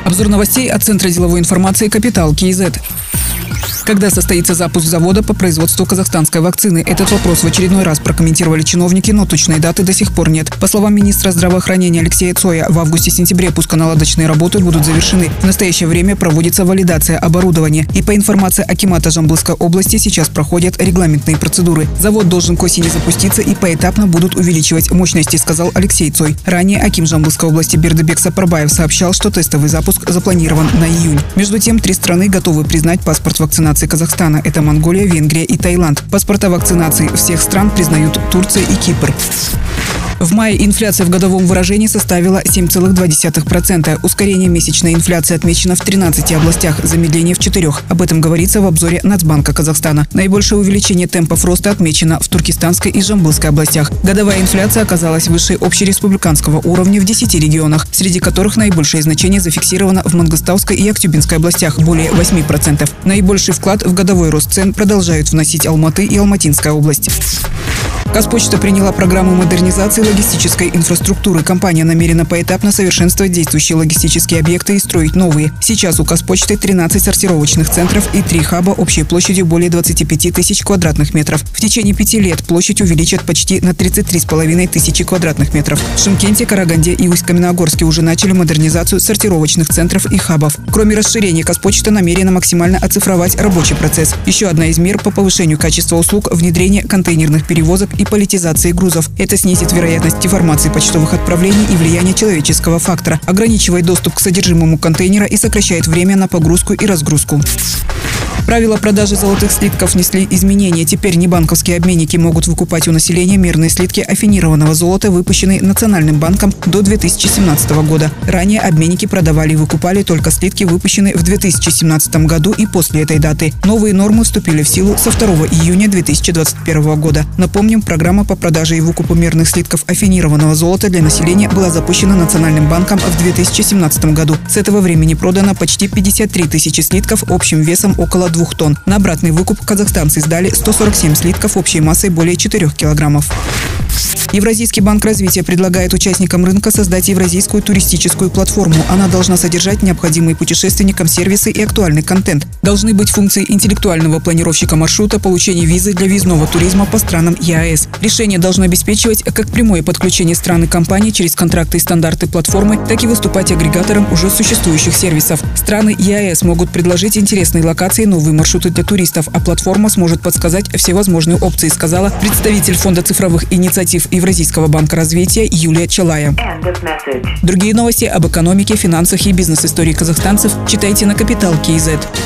Обзор новостей от Центра деловой информации «Капитал КИЗ». Когда состоится запуск завода по производству казахстанской вакцины? Этот вопрос в очередной раз прокомментировали чиновники, но точной даты до сих пор нет. По словам министра здравоохранения Алексея Цоя, в августе-сентябре пусконаладочные работы будут завершены. В настоящее время проводится валидация оборудования. И по информации акимата Жамбылской области сейчас проходят регламентные процедуры. Завод должен к осени запуститься и поэтапно будут увеличивать мощности, сказал Алексей Цой. Ранее аким Жамбылской области Бердыбек Сапарбаев сообщал, что тестовый запуск запланирован на июнь. Между тем, 3 страны готовы признать паспорт вакцинации Казахстана. Это Монголия, Венгрия и Таиланд. Паспорта вакцинации всех стран признают Турция и Кипр. В мае инфляция в годовом выражении составила 7,2%. Ускорение месячной инфляции отмечено в 13 областях, замедление в 4. Об этом говорится в обзоре Нацбанка Казахстана. Наибольшее увеличение темпов роста отмечено в Туркестанской и Жамбылской областях. Годовая инфляция оказалась выше общереспубликанского уровня в 10 регионах, среди которых наибольшее значение зафиксировано в Мангостауской и Актюбинской областях – более 8%. Наибольший вклад в годовой рост цен продолжают вносить Алматы и Алматинская область. Казпочта приняла программу модернизации логистической инфраструктуры. Компания намерена поэтапно совершенствовать действующие логистические объекты и строить новые. Сейчас у Казпочты 13 сортировочных центров и 3 хаба общей площадью более 25 тысяч квадратных метров. В течение 5 лет площадь увеличат почти на 33,5 тысячи квадратных метров. В Шымкенте, Караганде и Усть-Каменогорске уже начали модернизацию сортировочных центров и хабов. Кроме расширения, Казпочта намерена максимально оцифровать рабочий процесс. Еще одна из мер по повышению качества услуг – внедрение контейнерных перевозок и политизации грузов. Это снизит вероятность деформации почтовых отправлений и влияние человеческого фактора, ограничивает доступ к содержимому контейнера и сокращает время на погрузку и разгрузку. Правила продажи золотых слитков внесли изменения. Теперь небанковские обменники могут выкупать у населения мерные слитки афинированного золота, выпущенные Национальным банком до 2017 года. Ранее обменники продавали и выкупали только слитки, выпущенные в 2017 году и после этой даты. Новые нормы вступили в силу со 2 июня 2021 года. Напомним, программа по продаже и выкупу мерных слитков афинированного золота для населения была запущена Национальным банком в 2017 году. С этого времени продано почти 53 тысячи слитков общим весом около 2 тонн. На обратный выкуп казахстанцы сдали 147 слитков общей массой более 4 килограммов. Евразийский банк развития предлагает участникам рынка создать евразийскую туристическую платформу. Она должна содержать необходимые путешественникам сервисы и актуальный контент. Должны быть функции интеллектуального планировщика маршрута, получения визы для въездного туризма по странам ЕАЭС. Решение должно обеспечивать как прямое подключение стран и компаний через контракты и стандарты платформы, так и выступать агрегатором уже существующих сервисов. Страны ЕАЭС могут предложить интересные локации, новые маршруты для туристов, а платформа сможет подсказать все возможные опции, сказала представитель Фонда цифровых инициатив Евразийского банка развития Юлия Чалая. Другие новости об экономике, финансах и бизнес-истории казахстанцев читайте на Капитал КИЗ.